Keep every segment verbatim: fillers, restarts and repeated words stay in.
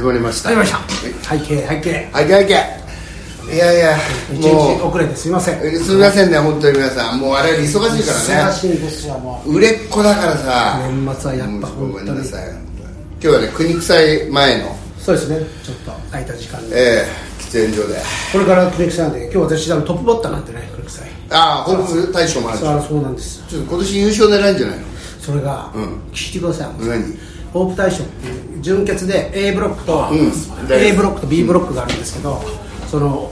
始まりました始まりました背景背景背景背景いやいや一日遅れてすいませんすみませんね本当に皆さんもうあれ忙しいからね忙しいんですよもう売れっ子だからさ年末はやっぱごめんなさい今日はね国臭い前のそうですねちょっと空いた時間でええー、喫煙所でこれから国臭いなんで今日私トップバッターなんてね国臭いああホープ大賞もあるしそうそうなんですちょっと今年優勝狙いんじゃないのそれが、うん、聞いてください何ホープ大賞っていう準決で A ブロックと、 うん、 A ブロックと B ブロックがあるんですけど、うん、その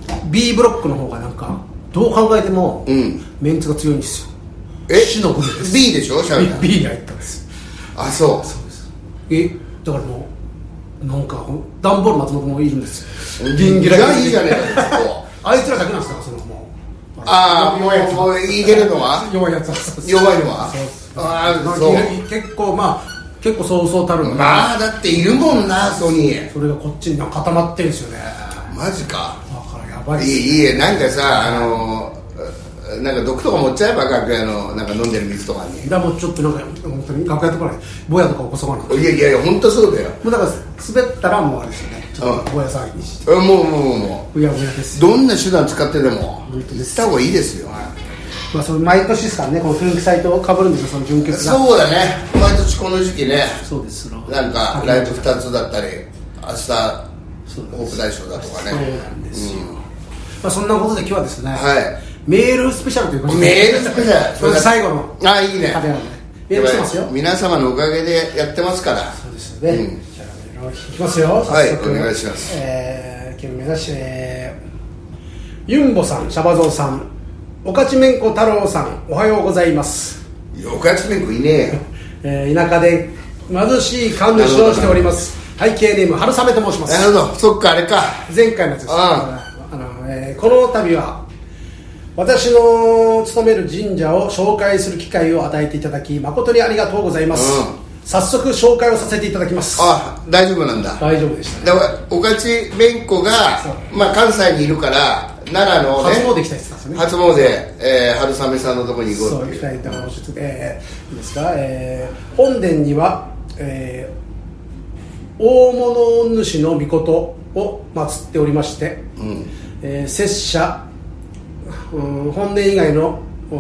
B ブロックの方がなんかどう考えても、うん、メンツが強いんですよ。 え死の組です B でしょシャウタ B, B に入ったんです。 あそうそうですえだからもうなんかダンボール松本もいるんですよ。ギンギラギラいいじゃねえかあいつらだけなんですからそのもうああもうもういけるのは弱いやつは弱いのはああそう結構まあ結構そうそうたるのまあだっているもんなソニーそれがこっちに固まってるんですよねマジかだからやばいいいいいなんかさあのなんか毒とか持っちゃえば楽屋のなんか飲んでる水とかにだもうちょっとなんか本当に楽屋とかねぼやとか起こそうかないやいやいや本当そうだよもうだから滑ったらもうあれですよねちょっとぼや騒ぎにしてもうもうもうもうぶやぶやですよどんな手段使ってでも本当です行った方がいいですよまあ、その毎年ですからね、この古着サイトを被るんですよ、その準決が。 そうだね、毎年この時期ね、 そうですなんかライブふたつだったり、明日、ホープ大賞だとかね。 そうなんですよ。うんまあ、そんなことで今日はですね、 はい、 メールスペシャルということで、 メールスペシャル、 それ最後の、 あいいね、 メールしてますよ。 皆様のおかげでやってますから、 そうですよね。うん、じゃあ、メールいきますよ、 はい、お願いします。 えー、今日目指して、えー、ユンボさん、シャバゾウさん、おかちめんこ太郎さんおはようございます。 おかちめんこいねえよ、 えー、田舎で貧しい神主をしております。背景ネーム春雨と申します。 なるほど、そっかあれか前回のやつです。 ああの、えー、この度は私の勤める神社を紹介する機会を与えていただき誠にありがとうございます、うん、早速紹介をさせていただきます。 あ大丈夫なんだ。 大丈夫でした、ね、 だからおかちめんこが、まあ、関西にいるから奈良の、ね、 初詣行きたいって言ったんですよね。 初詣、えー、春雨さんのところに行こうっていう。 そう行きたいと思います。えー、いいですか、えー、本殿には、えー、大物主の御事を祀っておりまして、うんえー、摂社、うん、本殿以外の、うん、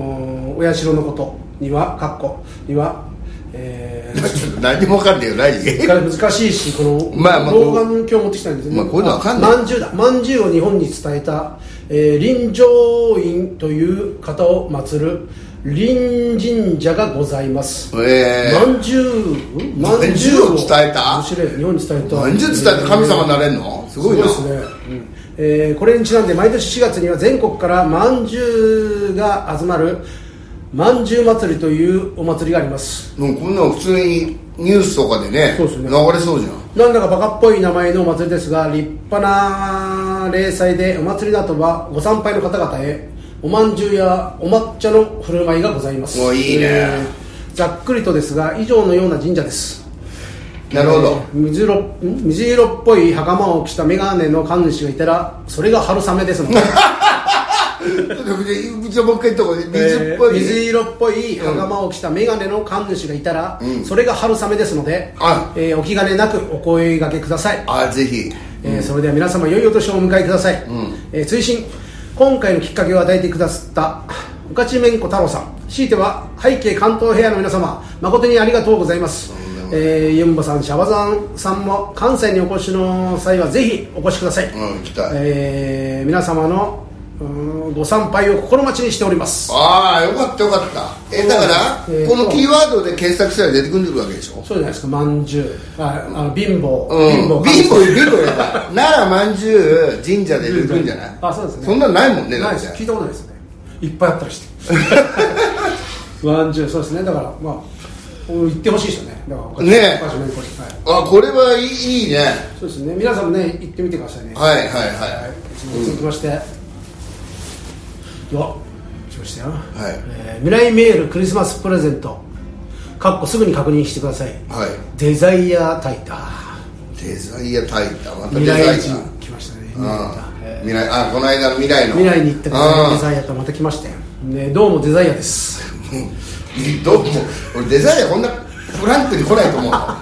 お社のことには括弧にはえー、 ちょっと何も分かんないよ何難しいしこの、 まあまあ、 動画の今日持ってきたんですね、 まあ、こういうの分かんないまんじゅうだまんじゅうを日本に伝えた、えー、臨城院という方を祀る臨神社がございます。 えー、まんじゅうまんじゅうを伝えた面白い日本に伝えたまんじゅう伝えて神様になれるのすごいな。 そうですね、うんえー、これにちなんで毎年しがつには全国からまんじゅうが集まるまんじゅう祭りというお祭りがあります。 もうこんなの普通にニュースとかで ね, そうですね流れそうじゃん。 なんだかバカっぽい名前のお祭りですが立派な例祭でお祭りの後はご参拝の方々へおまんじゅうやお抹茶の振る舞いがございます。 もういいね、えー、ざっくりとですが以上のような神社です。 なるほど、えー、水色水色っぽい袴を着た眼鏡の神主がいたらそれが春雨ですのでじゃあもう一回言った方がいい。水っぽい、 えー、水色っぽい袴を着た眼鏡の神主がいたら、うん、それが春雨ですので、えー、お気兼ねなくお声掛けください。 あぜひ、 えー、それでは皆様良いお年をお迎えください、うんえー、追伸今回のきっかけを与えてくださったおかちめんこ太郎さん強いては背景関東平野の皆様誠にありがとうございます、えー、ユンボさんシャバザンさんも関西にお越しの際はぜひお越しください、 うん来たえー、皆様のご参拝を心待ちにしております。 ああよかったよかった。えだから、えー、このキーワードで検索したら出てくるわけでしょ。 そうじゃないですか。まんじゅうああの貧乏、 うん、貧乏貧乏貧乏やった奈良まんじゅう神社で出てくるんじゃない。 あそうですね。 そんなのないもんね。 ないです。聞いたことないですね。いっぱいあったりしてまんじゅうそうですね。だからまあ言ってほしいですよね。だからね、はい、あこれはいい、いいね。 そうですね。皆さんもね行ってみてくださいね。 はいはいはい、はい、 続きまして、うんでは来ましたよ、 はいえー、未来メールクリスマスプレゼントかっこすぐに確認してください、 はい、 デザイアタイタデザイアタイタまたデザイア未来人来ましたね。 未来あこの間の未来の未来に行ったらデザイアとまた来ましたよ、ね、どうもデザイアですどうも俺デザイアこんなフランクに来ないと思うの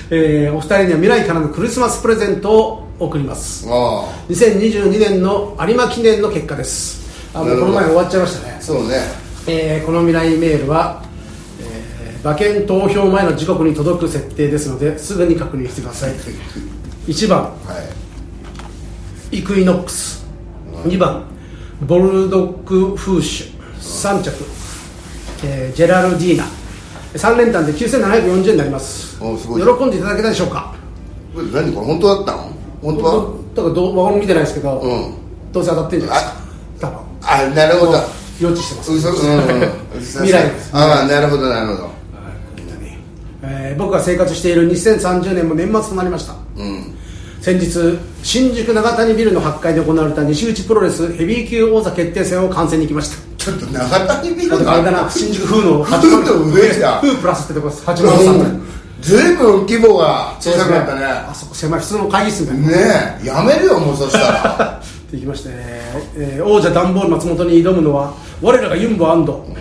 えー、お二人には未来からのクリスマスプレゼントを送ります。にせんにじゅうにねんの有馬記念の結果です。あ、もうこの前終わっちゃいましたね。 そうね、えー、この未来メールは、えー、馬券投票前の時刻に届く設定ですので、すぐに確認してください。いちばん、はい、イクイノックス、うん、にばんボルドックフーシュ、さん着、えー、ジェラルディーナ、さん連単できゅうせんななひゃくよんじゅうえんになります。 お、すごい。 喜んでいただけたでしょうか。 これ何これ本当だったの？本当はだからどう我々見てないですけど、うん、どうせ当たってんじゃないですか。多分あ、なるほど、 予知してます。 嘘、うん、 未来です。 ああ、なるほどなるほど。 えー、僕が生活しているにせんさんじゅうねんも年末となりました。うん、先日新宿長谷ビルのはちかいで行われた西口プロレスヘビー級王座決定戦を観戦に行きました。 ちょっと長谷ビルがあれだな、新宿風のはちまる上じゃん。 風プラスってとこです。はちまるさんぐらい。 ずいぶん規模が小さくなったね。 あそこ狭い、普通の会議室みたいなねえ、やめるよもう。そしたらっていきましてね、えー、王者ダンボール松本に挑むのは我らがユンボ安藤、うん、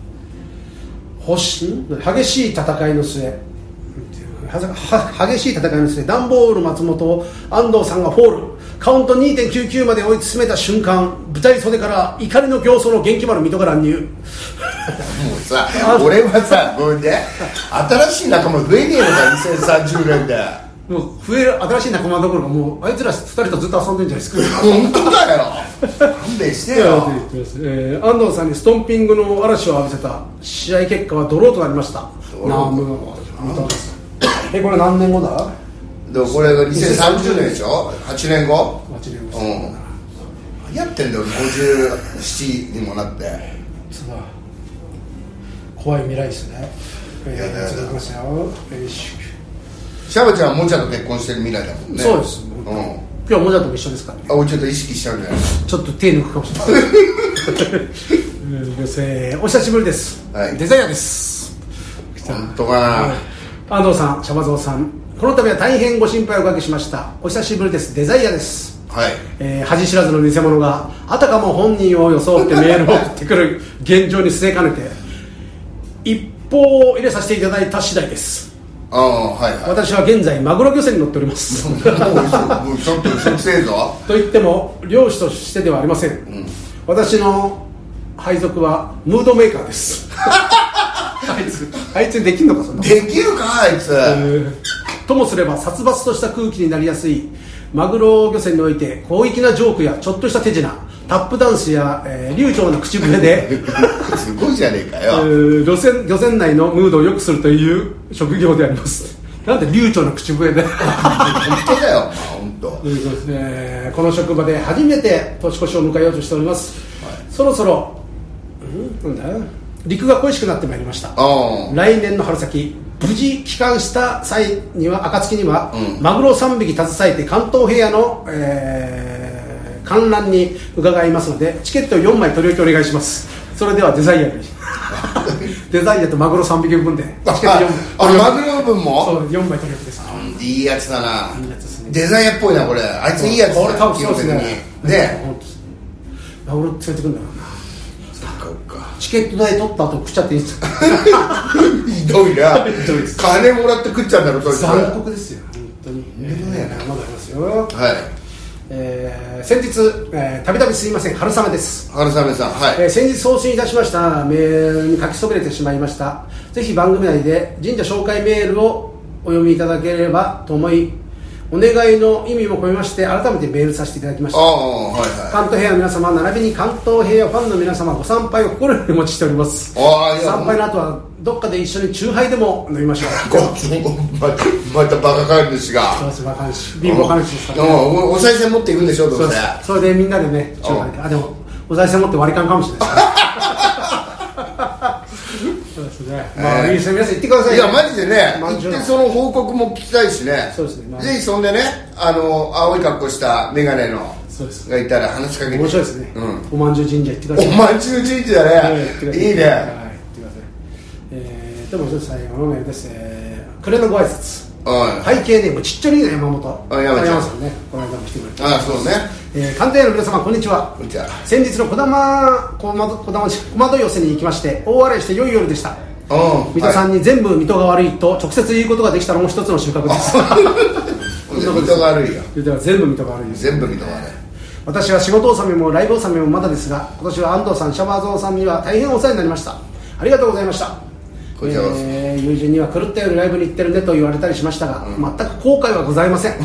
星激しい戦いの末は激しい戦いの末ダンボール松本を安藤さんがフォール、カウント にてんきゅうきゅう まで追い詰めた瞬間、舞台袖から怒りの形相の元気丸水戸が乱入。もうさ、俺はさ、これで新しい仲間増えねえのか、にせんさんじゅうねんで。 もう増える新しい仲間どころか、もうあいつらふたりとずっと遊んでるんじゃないですか。 本当だよ。勘弁してよ。 えー、安藤さんにストンピングの嵐を浴びせた試合結果はドローとなりました。なあ、もうえ、これ何年後だ？ でもこれがにせんさんじゅうねんでしょ。はちねんご。 はちねんご。うん。 何やってんだよ、ごじゅうななにもなって。 そうだ。怖い未来ですね。 いやだやだ。 続きますよ。 シャバちゃんはモチャと結婚してる未来だもんね。 そうです。うん。今日はモチャとも一緒ですからね。 あ、俺ちょっと意識しちゃうんじゃない？ ちょっと手抜くかもしれない。お久しぶりです。はい。デザイアです。 本当かな。 安藤さん、シャバゾウさん、この度は大変ご心配をおかけしました。お久しぶりです。デザイアです。はい。えー、恥知らずの偽物があたかも本人を装ってメールを送ってくる現状に据えかねて一報を入れさせていただいた次第です。 ああ、はいはい。 私は現在マグロ漁船に乗っております。もうちょっと嘘くせえぞ。 と言っても漁師としてではありません。うん、私の配属はムードメーカーです。あいつあいつにできるのか、そんなできるかあいつ、えー、ともすれば殺伐とした空気になりやすいマグロ漁船において広域なジョークやちょっとした手品、タップダンスや、えー、流暢な口笛ですごいじゃねえかよ、えー、漁船漁船内のムードを良くするという職業であります。なんで流暢な口笛で本当だよ、まあ、本当ということですね。この職場で初めて年越しを迎えようとしております、はい、そろそろんなんだ陸が恋しくなってまいりました。来年の春先無事帰還した際には暁には、うん、マグロさんびき携えて関東平野の、えー、観覧に伺いますのでチケットをよんまい取り置きお願いします。それではデザイアにデザイアとマグロさんびき分でチケットよんまい、 あ、マグロ分もそうよんまい取り置きです。 いいやつだな。いいやつですね。デザイアっぽいなこれ。あいついいやつだ。 これ多分そうですね。 ね、 マグロ連れてくるんだろうな。チケット代取った後食っちゃっていいですか？ ひどいな。金もらって食っちゃうんだろ、それ残酷ですよ本当に。えー、まだありますよ。はい。えー、先日、えー、たびたびすいません、春雨です。 春雨さん、はい。 えー、先日送信いたしましたメールに書きそびれてしまいました。ぜひ番組内で神社紹介メールをお読みいただければと思い、お願いの意味も込めまして改めてメールさせていただきました。あ、はいはい、関東平野の皆様並びに関東平野ファンの皆様ご参拝を心よりお待ちしております。あ、参拝の後はどっかで一緒にチューハイでも飲みましょう。 ま, またバカか主がそうです、バカ主貧乏か主ですからね。 おお賽銭持っていくんでしょ、どうせ。 それでみんなでねチューハイで、あ、でもお賽銭持って割り勘かもしれないですそうですね。まあ、いいですね。皆さん行ってください、ね。 いやマジでね、行ってその報告も聞きたいしね。 そうですね。まあ、 ぜひそんでね、あの青い格好したメガネのそうですがいたら話しかけて。 面白いですね。うん。おまんじゅう神社行ってください。 おまんじゅう神社だね。はい、いいね。はい、行ってください。 えー、でも一つ最後のメールです。えー、暮れのご挨拶。背景ネームちっちゃいね、山本山山さんね、この間も来てくれて。 ああ、そうね。 えー、官邸の皆様こんにちは。 こんにちは。 先日の小玉小玉小玉寄せに行きまして大笑いして良い夜でした。 水戸さんに全部水戸が悪いと直接言うことができたのも一つの収穫です水戸が悪いよ。 全部水戸が悪いです。 全部水戸が悪い。 私は仕事納めもライブ納めもまだですが、今年は安藤さん、シャバーゾーさんには大変お世話になりました。ありがとうございました。 こちらこそ、 えー、友人には狂ったようにライブに行ってるねと言われたりしましたが、うん、全く後悔はございません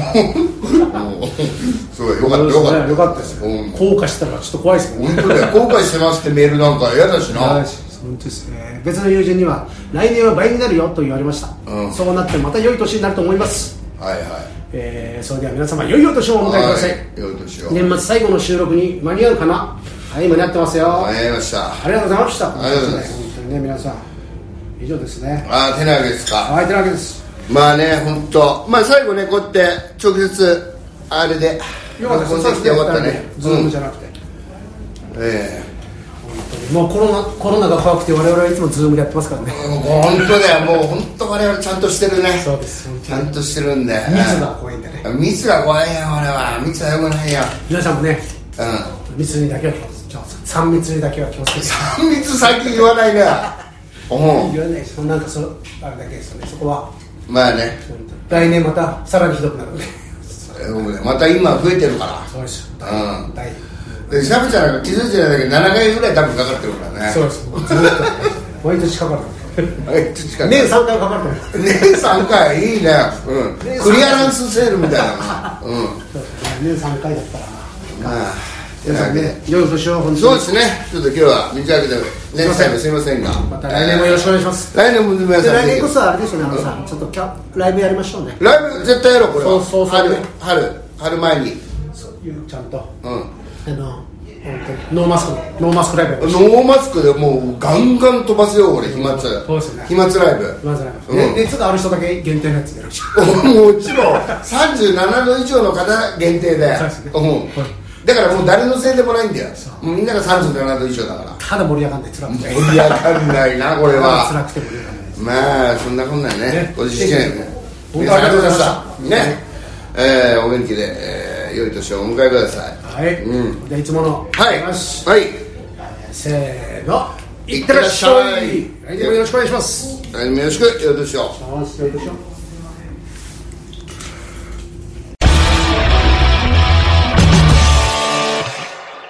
すごいよかったよかった、 よかったですよ、うん、後悔したらちょっと怖いですね。 本当だよ、後悔してますってメールなんか嫌だしな。 本当ですね。別の友人には来年は倍になるよと言われました、うん、そうなってまた良い年になると思います。 はいはい、 えー、それでは皆様良いお年をお迎えください。 良い年を。 年末最後の収録に間に合うかな。はい、間に合ってますよ。 間に合いました。 ありがとうございました。 ありがとうございます。 本当にね、皆さん以上ですね。 ああ、手なわけですか。 はい、手なわけです。 まあね、本当、まあ最後ね、こうやって直接あれでよかったです。 できてよかったね。 ズームじゃなくて、 うん、ええー、もうコロナコロナが怖くて我々はいつもズームでやってますからね。 本当だよ、もう本当我々ちゃんとしてるね。 そうです。 ちゃんとしてるんで。 密が怖いんでね。 密が怖いよ、俺は。密はよくないよ。 皆さんもね、 うん、 密にだけは気をつけて、さん密にだけは気をつけて。 さん密最近言わないね。 言わないです。なんかそあれだけですよね。そこはまあね、 来年またさらにひどくなるんでまた今増えてるから。 そうですよ。 うん。で、シャブちゃんなんか気づいてないだけどななかいぐらい多分かかってるからね。 そうです。ずっと毎年かかる。 毎年かかる。 年さんかいかかる。 年さんかいいいね。うん。クリアランスセールみたいな。うん。 年さんかいだったら。 まあ。 皆さんね、良いお年を本当に。 そうですね。ちょっと今日は短くて年内もすいませんが、 また来年もよろしくお願いします。 来年も皆さん。 来年こそあれですよね、あのさ、ちょっとキャライブやりましょうね。 ライブ絶対やろうこれは。 そうそうそう。 春春春前に。 そういうちゃんと。 うん。 あのノーマスクノーマスクライブ。 ノーマスクでもうガンガン飛ばすよ俺飛沫。 そうですね。 飛沫ライブ。 飛沫ライブ。ね、熱がある人だけ限定のやつやるし。 もちろんさんじゅうななど以上の方限定で。 そうですね。 うん。だからもう誰のせいでもないんだよ。もうみんながさんじゅうななど以上だから。 ただ盛り上がんない。辛くて。 盛り上がんないなこれは。 辛くて盛り上がんないです。 まあそんなこんなんね。ご自身ね。 本当ありがとうございました。 ね。えー、お元気で、えー、良い年をお迎えください。 はい。うん。じゃあいつもの。 はい。はい。 せーの。いってらっしゃい。来年もよろしくお願いします。 来年もよろしく。良い年を。 良い年を。